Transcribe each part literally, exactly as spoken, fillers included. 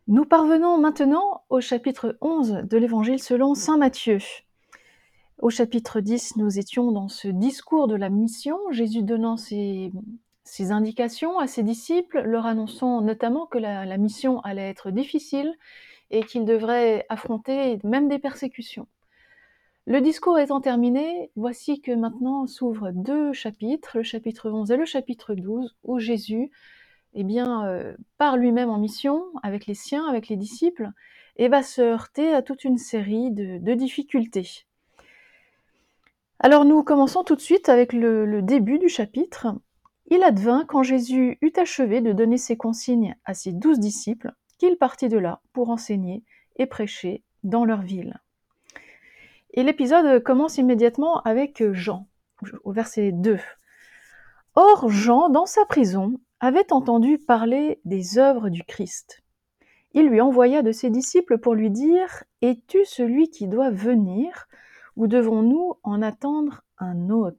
Nous parvenons maintenant au chapitre onze de l'Évangile selon saint Matthieu. Au chapitre dix, nous étions dans ce discours de la mission, Jésus donnant ses, ses indications à ses disciples, leur annonçant notamment que la, la mission allait être difficile et qu'ils devraient affronter même des persécutions. Le discours étant terminé, voici que maintenant s'ouvrent deux chapitres, le chapitre onze et le chapitre douze, où Jésus eh bien, euh, part lui-même en mission avec les siens, avec les disciples, et va se heurter à toute une série de, de difficultés. Alors nous commençons tout de suite avec le, le début du chapitre. Il advint, quand Jésus eut achevé de donner ses consignes à ses douze disciples, qu'il partit de là pour enseigner et prêcher dans leur ville. Et l'épisode commence immédiatement avec Jean, au verset deux. Or, Jean, dans sa prison, avait entendu parler des œuvres du Christ. Il lui envoya de ses disciples pour lui dire « Es-tu celui qui doit venir, ou devons-nous en attendre un autre ?»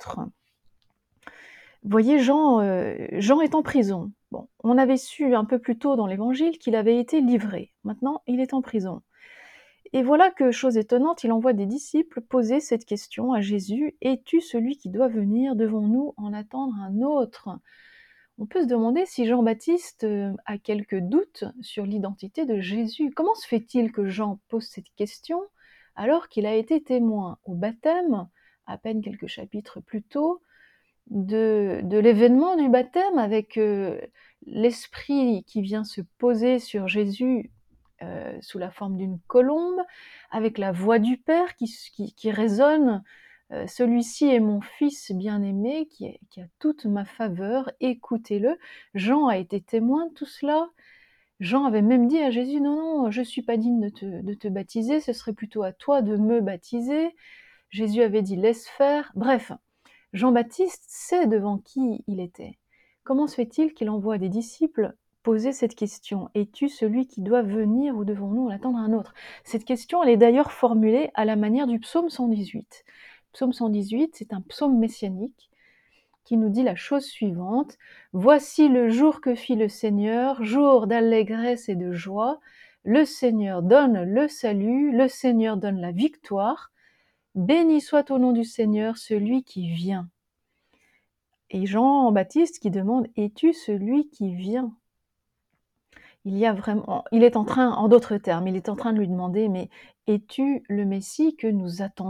Voyez, Jean, euh, Jean est en prison. Bon, on avait su un peu plus tôt dans l'Évangile qu'il avait été livré. Maintenant, il est en prison. Et voilà que, chose étonnante, il envoie des disciples poser cette question à Jésus « Es-tu celui qui doit venir, devons-nous en attendre un autre ?» On peut se demander si Jean-Baptiste a quelques doutes sur l'identité de Jésus. Comment se fait-il que Jean pose cette question alors qu'il a été témoin au baptême, à peine quelques chapitres plus tôt, de, de l'événement du baptême avec euh, l'esprit qui vient se poser sur Jésus euh, sous la forme d'une colombe, avec la voix du Père qui, qui, qui résonne. Euh, celui-ci est mon fils bien-aimé, qui, est, qui a toute ma faveur, écoutez-le. Jean a été témoin de tout cela. Jean avait même dit à Jésus, non, non, je ne suis pas digne de te, de te baptiser, ce serait plutôt à toi de me baptiser. Jésus avait dit, laisse faire. Bref, Jean-Baptiste sait devant qui il était. Comment se fait-il qu'il envoie des disciples poser cette question ? Es-tu celui qui doit venir ou devons-nous en attendre un autre ? Cette question, elle est d'ailleurs formulée à la manière du psaume cent dix-huit. Psaume cent dix-huit, c'est un psaume messianique qui nous dit la chose suivante. « Voici le jour que fit le Seigneur, jour d'allégresse et de joie. Le Seigneur donne le salut, le Seigneur donne la victoire. Béni soit au nom du Seigneur celui qui vient. » Et Jean-Baptiste qui demande « Es-tu celui qui vient ?» Il y a vraiment, il est en train, en d'autres termes, il est en train de lui demander « Mais es-tu le Messie que nous attendons ?»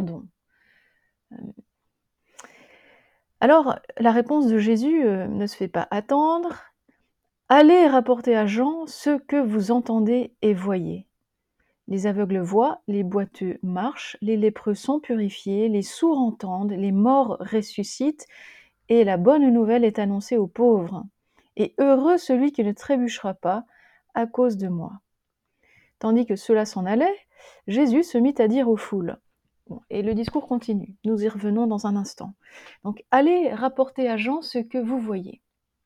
Alors, la réponse de Jésus euh, ne se fait pas attendre. « Allez rapporter à Jean ce que vous entendez et voyez. Les aveugles voient, les boiteux marchent, les lépreux sont purifiés, les sourds entendent, les morts ressuscitent, et la bonne nouvelle est annoncée aux pauvres. Et heureux celui qui ne trébuchera pas à cause de moi. » Tandis que cela s'en allait, Jésus se mit à dire aux foules. Bon, et le discours continue, nous y revenons dans un instant. Donc, allez rapporter à Jean ce que vous voyez.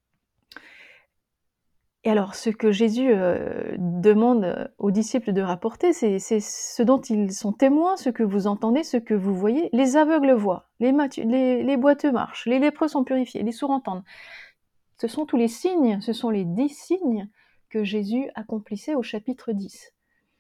Et alors, ce que Jésus euh, demande aux disciples de rapporter, c'est, c'est ce dont ils sont témoins, ce que vous entendez, ce que vous voyez. Les aveugles voient, les, matu- les, les boiteux marchent, les lépreux sont purifiés, les sourds entendent. Ce sont tous les signes, ce sont les dix signes que Jésus accomplissait au chapitre dix.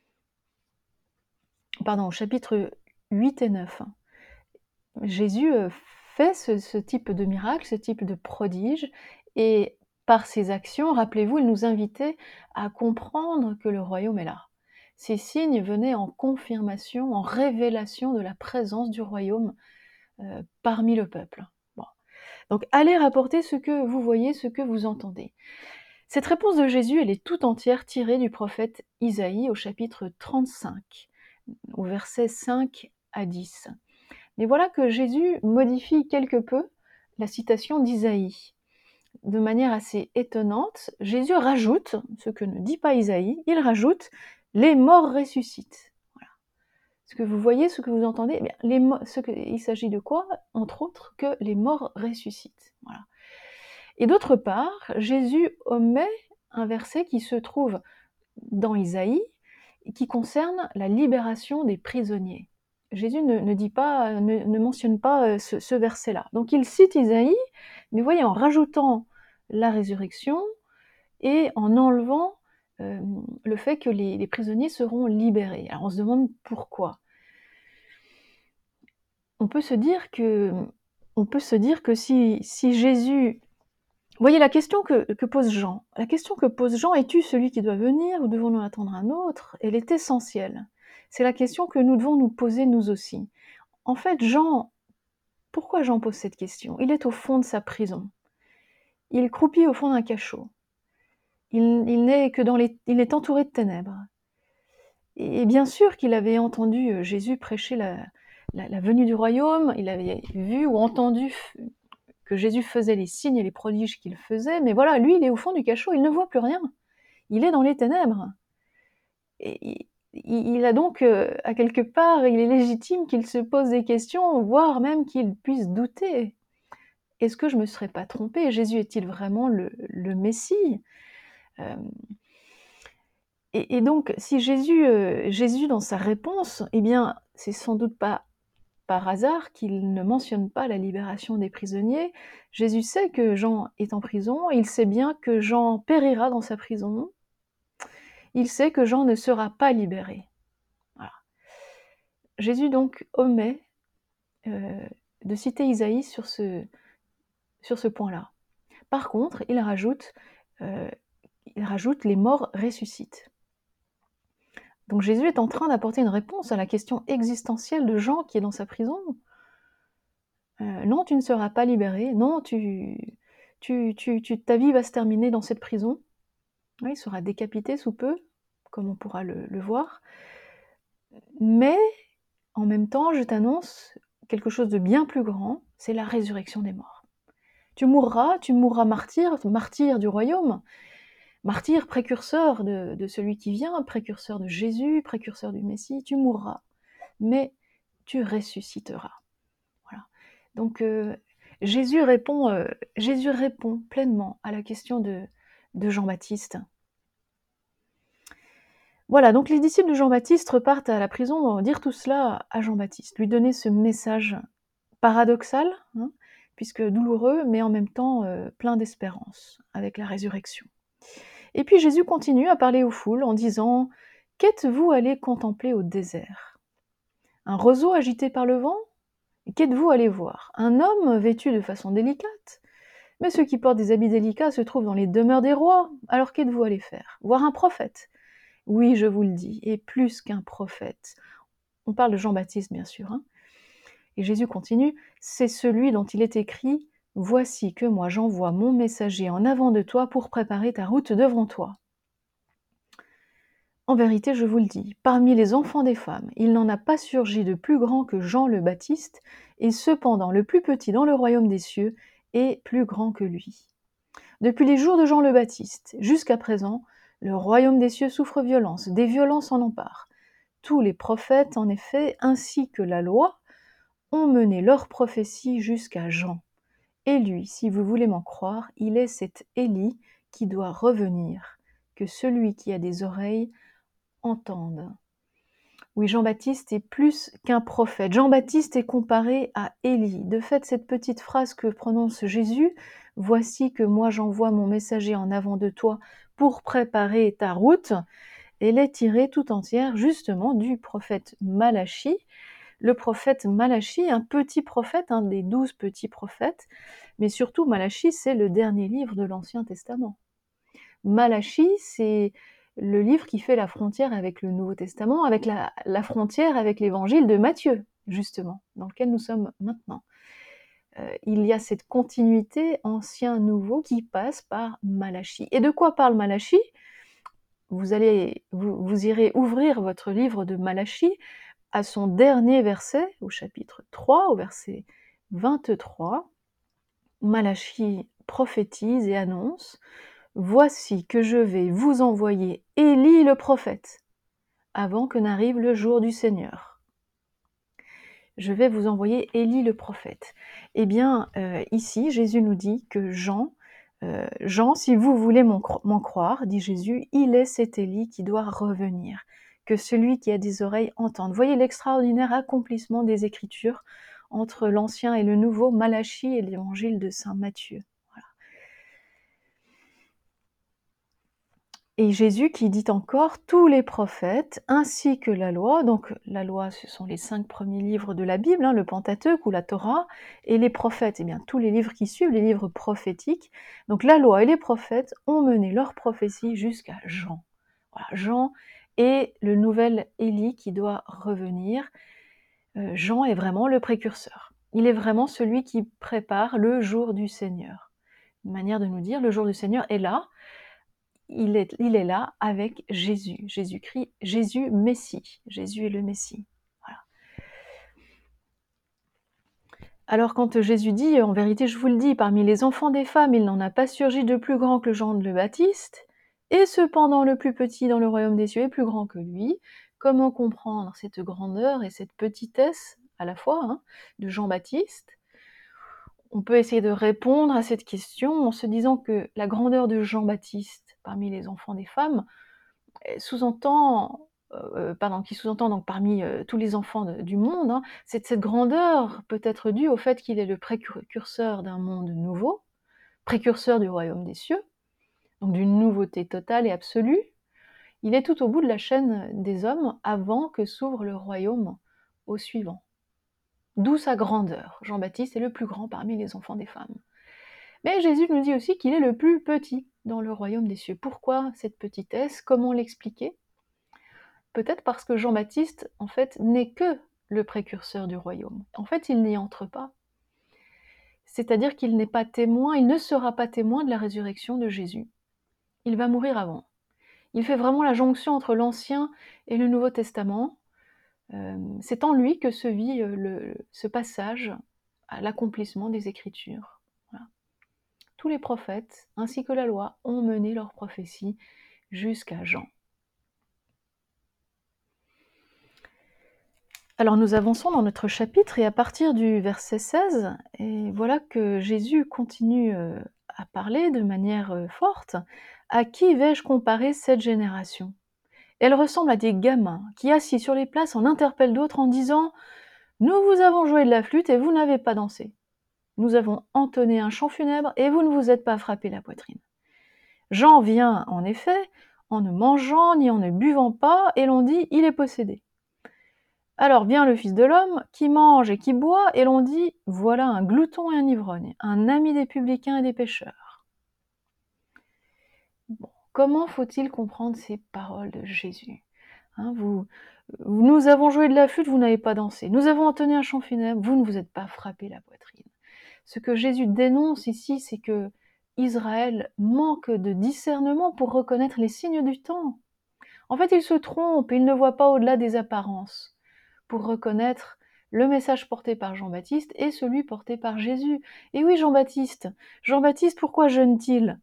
Pardon, au chapitre huit et neuf. Jésus fait ce, ce type de miracle, ce type de prodige, et par ses actions, rappelez-vous, il nous invitait à comprendre que le royaume est là. Ces signes venaient en confirmation, en révélation de la présence du royaume euh, parmi le peuple. Bon. Donc, allez rapporter ce que vous voyez, ce que vous entendez. Cette réponse de Jésus, elle est tout entière tirée du prophète Isaïe au chapitre trente-cinq, au verset cinq à dix. Mais voilà que Jésus modifie quelque peu la citation d'Isaïe. De manière assez étonnante, Jésus rajoute, ce que ne dit pas Isaïe, il rajoute « les morts ressuscitent ». Voilà. Ce que vous voyez, ce que vous entendez, eh bien, les mo- ce que, il s'agit de quoi ? Entre autres, que les morts ressuscitent. Voilà. Et d'autre part, Jésus omet un verset qui se trouve dans Isaïe, qui concerne la libération des prisonniers. Jésus ne, ne dit pas, ne, ne mentionne pas ce, ce verset-là. Donc il cite Isaïe, mais voyez, en rajoutant la résurrection et en enlevant euh, le fait que les, les prisonniers seront libérés. Alors on se demande pourquoi. On peut se dire que, on peut se dire que si, si Jésus... Vous voyez la question que, que pose Jean. La question que pose Jean, es-tu celui qui doit venir ou devons-nous attendre un autre? Elle est essentielle. C'est la question que nous devons nous poser nous aussi. En fait, Jean, pourquoi Jean pose cette question? Il est au fond de sa prison. Il croupit au fond d'un cachot. Il, il n'est que dans les, il est entouré de ténèbres. Et bien sûr qu'il avait entendu Jésus prêcher la, la, la venue du royaume, il avait vu ou entendu que Jésus faisait les signes et les prodiges qu'il faisait, mais voilà, lui, il est au fond du cachot, il ne voit plus rien. Il est dans les ténèbres. Et il a donc, à quelque part, il est légitime qu'il se pose des questions, voire même qu'il puisse douter. Est-ce que je ne me serais pas trompé? Jésus est-il vraiment le, le Messie? euh, et, et donc, si Jésus, euh, Jésus, dans sa réponse, eh bien, c'est sans doute pas par hasard qu'il ne mentionne pas la libération des prisonniers. Jésus sait que Jean est en prison, il sait bien que Jean périra dans sa prison, il sait que Jean ne sera pas libéré. Voilà. Jésus donc omet euh, de citer Isaïe sur ce, sur ce point-là. Par contre, il rajoute, euh, il rajoute « les morts ressuscitent ». Donc Jésus est en train d'apporter une réponse à la question existentielle de Jean qui est dans sa prison. Euh, non, tu ne seras pas libéré, non, tu, tu, tu, tu, ta vie va se terminer dans cette prison. Oui, il sera décapité sous peu, comme on pourra le, le voir. Mais, en même temps, je t'annonce quelque chose de bien plus grand, c'est la résurrection des morts. Tu mourras, tu mourras martyr, martyr du royaume, martyr précurseur de, de celui qui vient, précurseur de Jésus, précurseur du Messie, tu mourras, mais tu ressusciteras. Voilà. Donc, euh, Jésus répond, euh, Jésus répond pleinement à la question de, de Jean-Baptiste. Voilà, donc les disciples de Jean-Baptiste repartent à la prison dire tout cela à Jean-Baptiste, lui donner ce message paradoxal, hein, puisque douloureux, mais en même temps euh, plein d'espérance, avec la résurrection. Et puis Jésus continue à parler aux foules en disant « Qu'êtes-vous allés contempler au désert? Un roseau agité par le vent? Qu'êtes-vous allés voir? Un homme vêtu de façon délicate? Mais ceux qui portent des habits délicats se trouvent dans les demeures des rois. Alors qu'êtes-vous allés faire? Voir un prophète? Oui, je vous le dis, et plus qu'un prophète. » On parle de Jean-Baptiste, bien sûr. Hein. Et Jésus continue, « C'est celui dont il est écrit, « Voici que moi j'envoie mon messager en avant de toi pour préparer ta route devant toi. » En vérité, je vous le dis, parmi les enfants des femmes, il n'en a pas surgi de plus grand que Jean le Baptiste, et cependant le plus petit dans le royaume des cieux est plus grand que lui. Depuis les jours de Jean le Baptiste, jusqu'à présent, le royaume des cieux souffre violence, des violences en emparent. Tous les prophètes, en effet, ainsi que la loi, ont mené leur prophétie jusqu'à Jean. Et lui, si vous voulez m'en croire, il est cet Élie qui doit revenir, que celui qui a des oreilles entende. Oui, Jean-Baptiste est plus qu'un prophète. Jean-Baptiste est comparé à Élie. De fait, cette petite phrase que prononce Jésus, « Voici que moi j'envoie mon messager en avant de toi pour préparer ta route », elle est tirée tout entière justement du prophète Malachie. Le prophète Malachie, un petit prophète, un des douze petits prophètes, mais surtout Malachie, c'est le dernier livre de l'Ancien Testament. Malachie, c'est le livre qui fait la frontière avec le Nouveau Testament, avec la, la frontière avec l'évangile de Matthieu, justement, dans lequel nous sommes maintenant. Euh, il y a cette continuité ancien-nouveau qui passe par Malachie. Et de quoi parle Malachie ? Vous, allez, vous, vous irez ouvrir votre livre de Malachie à son dernier verset, au chapitre trois, au verset vingt-trois. Malachie prophétise et annonce « Voici que je vais vous envoyer Élie le prophète, avant que n'arrive le jour du Seigneur. » Je vais vous envoyer Élie le prophète. Eh bien, euh, ici, Jésus nous dit que Jean, euh, Jean, si vous voulez m'en croire, dit Jésus, il est cet Élie qui doit revenir, que celui qui a des oreilles entende. Voyez l'extraordinaire accomplissement des Écritures entre l'Ancien et le Nouveau, Malachie et l'Évangile de saint Matthieu. Et Jésus qui dit encore: «Tous les prophètes ainsi que la loi», donc la loi, ce sont les cinq premiers livres de la Bible, hein, le Pentateuque ou la Torah, et les prophètes, eh bien tous les livres qui suivent, les livres prophétiques. Donc la loi et les prophètes ont mené leur prophétie jusqu'à Jean. Voilà, Jean est le nouvel Élie qui doit revenir. Heu, Jean est vraiment le précurseur. Il est vraiment celui qui prépare le jour du Seigneur. Une manière de nous dire: le jour du Seigneur est là. Il est, il est là avec Jésus, Jésus-Christ, Jésus Messie. Jésus est le Messie. Voilà. Alors quand Jésus dit: «En vérité, je vous le dis, parmi les enfants des femmes, il n'en a pas surgi de plus grand que Jean le Baptiste, et cependant le plus petit dans le royaume des cieux est plus grand que lui», comment comprendre cette grandeur et cette petitesse à la fois, hein, de Jean-Baptiste? On peut essayer de répondre à cette question en se disant que la grandeur de Jean-Baptiste parmi les enfants des femmes sous-entend, euh, pardon, qui sous-entend donc parmi euh, tous les enfants de- du monde, hein, cette, cette grandeur peut être due au fait qu'il est le précurseur d'un monde nouveau, précurseur du royaume des cieux, donc d'une nouveauté totale et absolue. Il est tout au bout de la chaîne des hommes avant que s'ouvre le royaume au suivant. D'où sa grandeur. Jean-Baptiste est le plus grand parmi les enfants des femmes. Mais Jésus nous dit aussi qu'il est le plus petit dans le royaume des cieux. Pourquoi cette petitesse? Comment l'expliquer? Peut-être parce que Jean-Baptiste, en fait, n'est que le précurseur du royaume. En fait, il n'y entre pas. C'est-à-dire qu'il n'est pas témoin, il ne sera pas témoin de la résurrection de Jésus. Il va mourir avant. Il fait vraiment la jonction entre l'Ancien et le Nouveau Testament. Euh, c'est en lui que se vit euh, le, ce passage à l'accomplissement des Écritures. Voilà. Tous les prophètes, ainsi que la loi, ont mené leur prophétie jusqu'à Jean. Alors nous avançons dans notre chapitre et à partir du verset seize, et voilà que Jésus continue euh, à parler de manière euh, forte. À qui vais-je comparer cette génération? Elle ressemble à des gamins qui, assis sur les places, en interpellent d'autres en disant: Nous vous avons joué de la flûte et vous n'avez pas dansé. Nous avons entonné un chant funèbre et vous ne vous êtes pas frappé la poitrine. Jean vient, en effet, en ne mangeant ni en ne buvant pas, et l'on dit: Il est possédé. Alors vient le Fils de l'homme, qui mange et qui boit, et l'on dit: Voilà un glouton et un ivrogne, un ami des publicains et des pécheurs. Bon, comment faut-il comprendre ces paroles de Jésus? Hein, vous, nous avons joué de la flûte, vous n'avez pas dansé. Nous avons entonné un chant funèbre, vous ne vous êtes pas frappé la poitrine. Ce que Jésus dénonce ici, c'est que Israël manque de discernement pour reconnaître les signes du temps. En fait, il se trompe, il ne voit pas au-delà des apparences pour reconnaître le message porté par Jean-Baptiste et celui porté par Jésus. Et oui, Jean-Baptiste, Jean-Baptiste, pourquoi jeûne-t-il?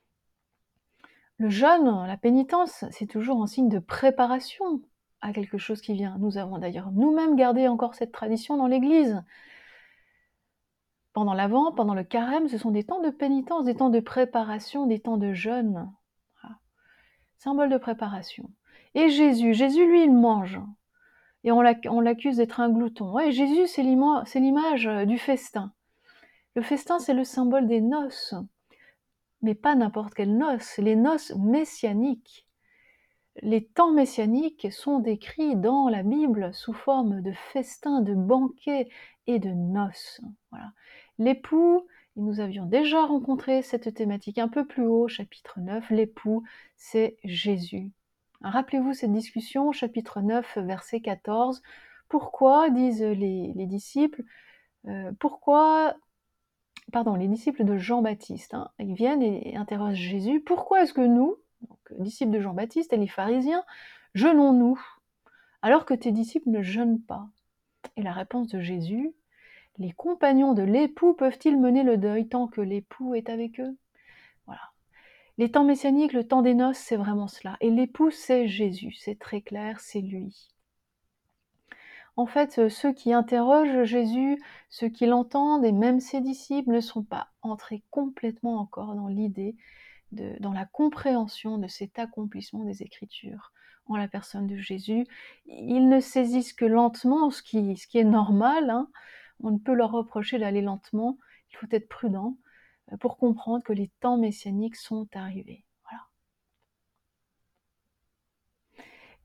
Le jeûne, la pénitence, c'est toujours un signe de préparation à quelque chose qui vient. Nous avons d'ailleurs nous-mêmes gardé encore cette tradition dans l'Église. Pendant l'Avent, pendant le Carême, ce sont des temps de pénitence, des temps de préparation, des temps de jeûne. Voilà. Symbole de préparation. Et Jésus, Jésus, lui, il mange. Et on l'accuse d'être un glouton. Ouais, Jésus, c'est l'image du festin. Le festin, c'est le symbole des noces. Mais pas n'importe quelles noces, les noces messianiques. Les temps messianiques sont décrits dans la Bible sous forme de festins, de banquets et de noces. Voilà. L'époux, et nous avions déjà rencontré cette thématique un peu plus haut, chapitre neuf, l'époux, c'est Jésus. Rappelez-vous cette discussion, chapitre neuf, verset quatorze. Pourquoi, disent les, les disciples, euh, pourquoi, pardon, les disciples de Jean-Baptiste, hein, ils viennent et, et interrogent Jésus, pourquoi est-ce que nous, donc, disciples de Jean-Baptiste et les pharisiens, jeûnons-nous, alors que tes disciples ne jeûnent pas? Et la réponse de Jésus: les compagnons de l'époux peuvent-ils mener le deuil tant que l'époux est avec eux? Voilà. Les temps messianiques, le temps des noces, c'est vraiment cela. Et l'époux, c'est Jésus, c'est très clair, c'est lui. En fait, ceux qui interrogent Jésus, ceux qui l'entendent, et même ses disciples, ne sont pas entrés complètement encore dans l'idée, de, dans la compréhension de cet accomplissement des Écritures en la personne de Jésus. Ils ne saisissent que lentement, ce qui, ce qui est normal, hein. On ne peut leur reprocher d'aller lentement, il faut être prudent pour comprendre que les temps messianiques sont arrivés. Voilà.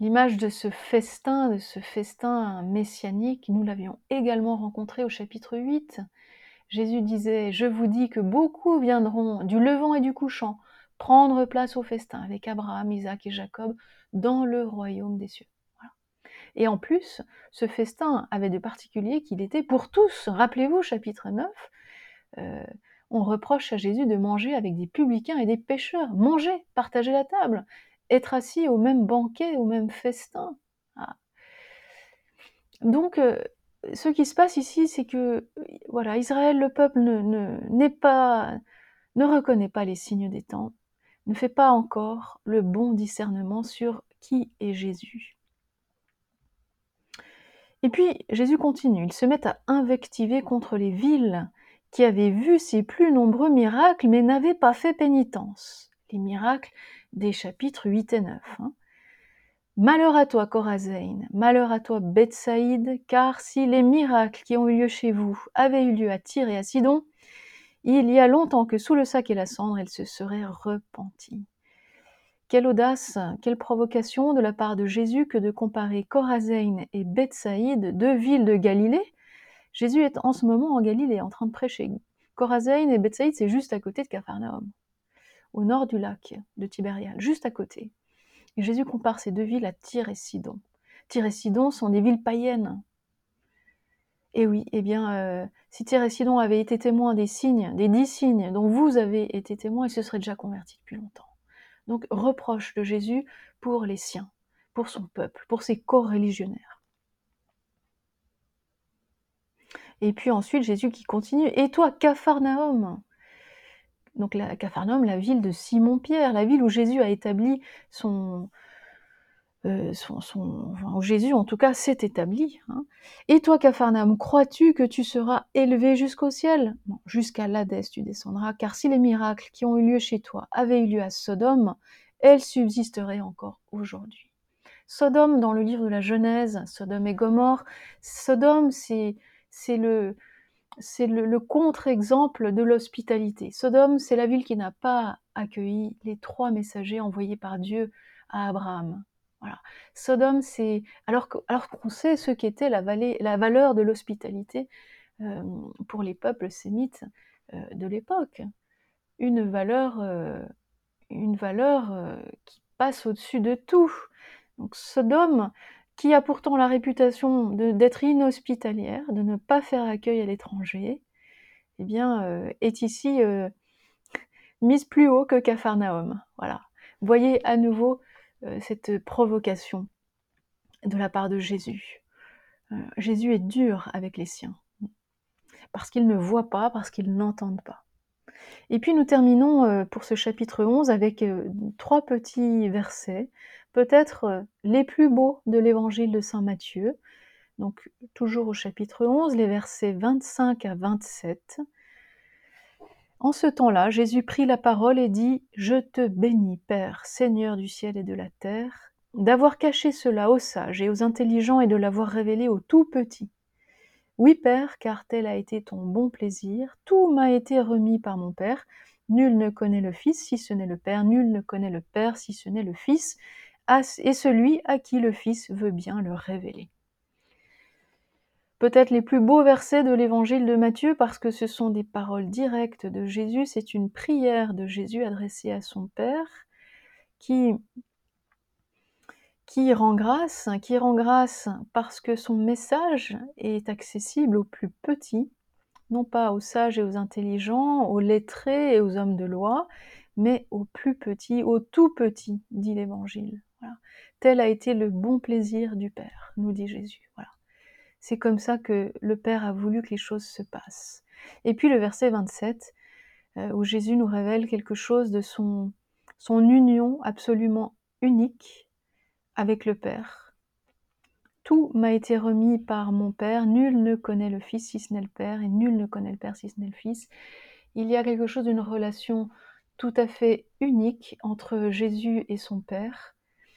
L'image de ce festin, de ce festin messianique, nous l'avions également rencontré au chapitre huit. Jésus disait « Je vous dis que beaucoup viendront du levant et du couchant prendre place au festin avec Abraham, Isaac et Jacob dans le royaume des cieux. » Voilà. Et en plus, ce festin avait de particulier qu'il était pour tous. Rappelez-vous, chapitre neuf, euh, on reproche à Jésus de manger avec des publicains et des pécheurs. Manger, partager la table, être assis au même banquet, au même festin. Ah. Donc, euh, ce qui se passe ici, c'est que voilà, Israël, le peuple, ne, ne, n'est pas, ne reconnaît pas les signes des temps, ne fait pas encore le bon discernement sur qui est Jésus. Et puis, Jésus continue, ils se mettent à invectiver contre les villes qui avaient vu ses plus nombreux miracles, mais n'avaient pas fait pénitence. Les miracles des chapitres huit et neuf. Hein. Malheur à toi, Chorazin, malheur à toi, Bethsaïde, car si les miracles qui ont eu lieu chez vous avaient eu lieu à Tyr et à Sidon, il y a longtemps que sous le sac et la cendre, elles se seraient repenties. Quelle audace, quelle provocation de la part de Jésus que de comparer Chorazin et Bethsaïde, deux villes de Galilée. Jésus est en ce moment en Galilée, en train de prêcher. Chorazin et Bethsaïde, c'est juste à côté de Capharnaüm, au nord du lac de Tibériade, juste à côté. Et Jésus compare ces deux villes à Tyr et Sidon. Tyr et Sidon sont des villes païennes. Et oui, eh bien, euh, si Tyr et Sidon avaient été témoins des signes, des dix signes dont vous avez été témoins, ils se seraient déjà convertis depuis longtemps. Donc, reproche de Jésus pour les siens, pour son peuple, pour ses coreligionnaires. Et puis ensuite, Jésus qui continue. « Et toi, Capharnaüm ?» Donc, la, Capharnaüm, la ville de Simon-Pierre, la ville où Jésus a établi son... Euh, son, son, enfin, où Jésus, en tout cas, s'est établi. Hein. « Et toi, Capharnaüm, crois-tu que tu seras élevé jusqu'au ciel ? Bon, jusqu'à l'Hadès tu descendras, car si les miracles qui ont eu lieu chez toi avaient eu lieu à Sodome, elles subsisteraient encore aujourd'hui. » Sodome, dans le livre de la Genèse, Sodome et Gomorrhe, Sodome, c'est, c'est le... c'est le, le contre-exemple de l'hospitalité. Sodome, c'est la ville qui n'a pas accueilli les trois messagers envoyés par Dieu à Abraham. Voilà. Sodome, c'est alors que, alors qu'on sait ce qu'était la, vallée, la valeur de l'hospitalité euh, pour les peuples sémites euh, de l'époque. Une valeur, euh, une valeur euh, qui passe au-dessus de tout. Donc Sodome, qui a pourtant la réputation de, d'être inhospitalière, de ne pas faire accueil à l'étranger, eh bien, euh, est ici euh, mise plus haut que Capharnaüm. Voilà. Voyez à nouveau euh, cette provocation de la part de Jésus. Euh, Jésus est dur avec les siens, parce qu'ils ne voient pas, parce qu'ils n'entendent pas. Et puis nous terminons euh, pour ce chapitre onze avec euh, trois petits versets, peut-être euh, les plus beaux de l'évangile de saint Matthieu. Donc toujours au chapitre onze, les versets vingt-cinq à vingt-sept. En ce temps-là, Jésus prit la parole et dit « Je te bénis, Père, Seigneur du ciel et de la terre, d'avoir caché cela aux sages et aux intelligents et de l'avoir révélé aux tout petits. Oui, Père, car tel a été ton bon plaisir, tout m'a été remis par mon Père. Nul ne connaît le Fils si ce n'est le Père, nul ne connaît le Père si ce n'est le Fils, et celui à qui le Fils veut bien le révéler. » Peut-être les plus beaux versets de l'évangile de Matthieu, parce que ce sont des paroles directes de Jésus, c'est une prière de Jésus adressée à son Père, qui, qui rend grâce, qui rend grâce parce que son message est accessible aux plus petits, non pas aux sages et aux intelligents, aux lettrés et aux hommes de loi, mais aux plus petits, aux tout petits, dit l'évangile. Voilà. Tel a été le bon plaisir du Père, nous dit Jésus. Voilà. C'est comme ça que le Père a voulu que les choses se passent. Et puis le verset vingt-sept, euh, où Jésus nous révèle quelque chose de son, son union absolument unique avec le Père. Tout m'a été remis par mon Père, nul ne connaît le Fils si ce n'est le Père, et nul ne connaît le Père si ce n'est le Fils. Il y a quelque chose d'une relation tout à fait unique entre Jésus et son Père,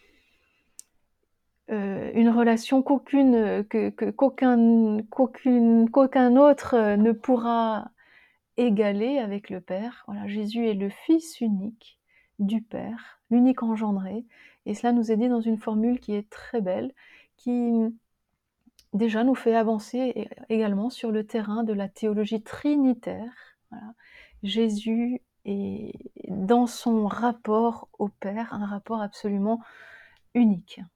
Euh, une relation qu'aucune, que, que, qu'aucun, qu'aucune, qu'aucun autre ne pourra égaler avec le Père. Voilà, Jésus est le Fils unique, du Père, l'unique engendré, et cela nous est dit dans une formule qui est très belle, qui déjà nous fait avancer é également sur le terrain de la théologie trinitaire. Voilà. Jésus est dans son rapport au Père, un rapport absolument unique.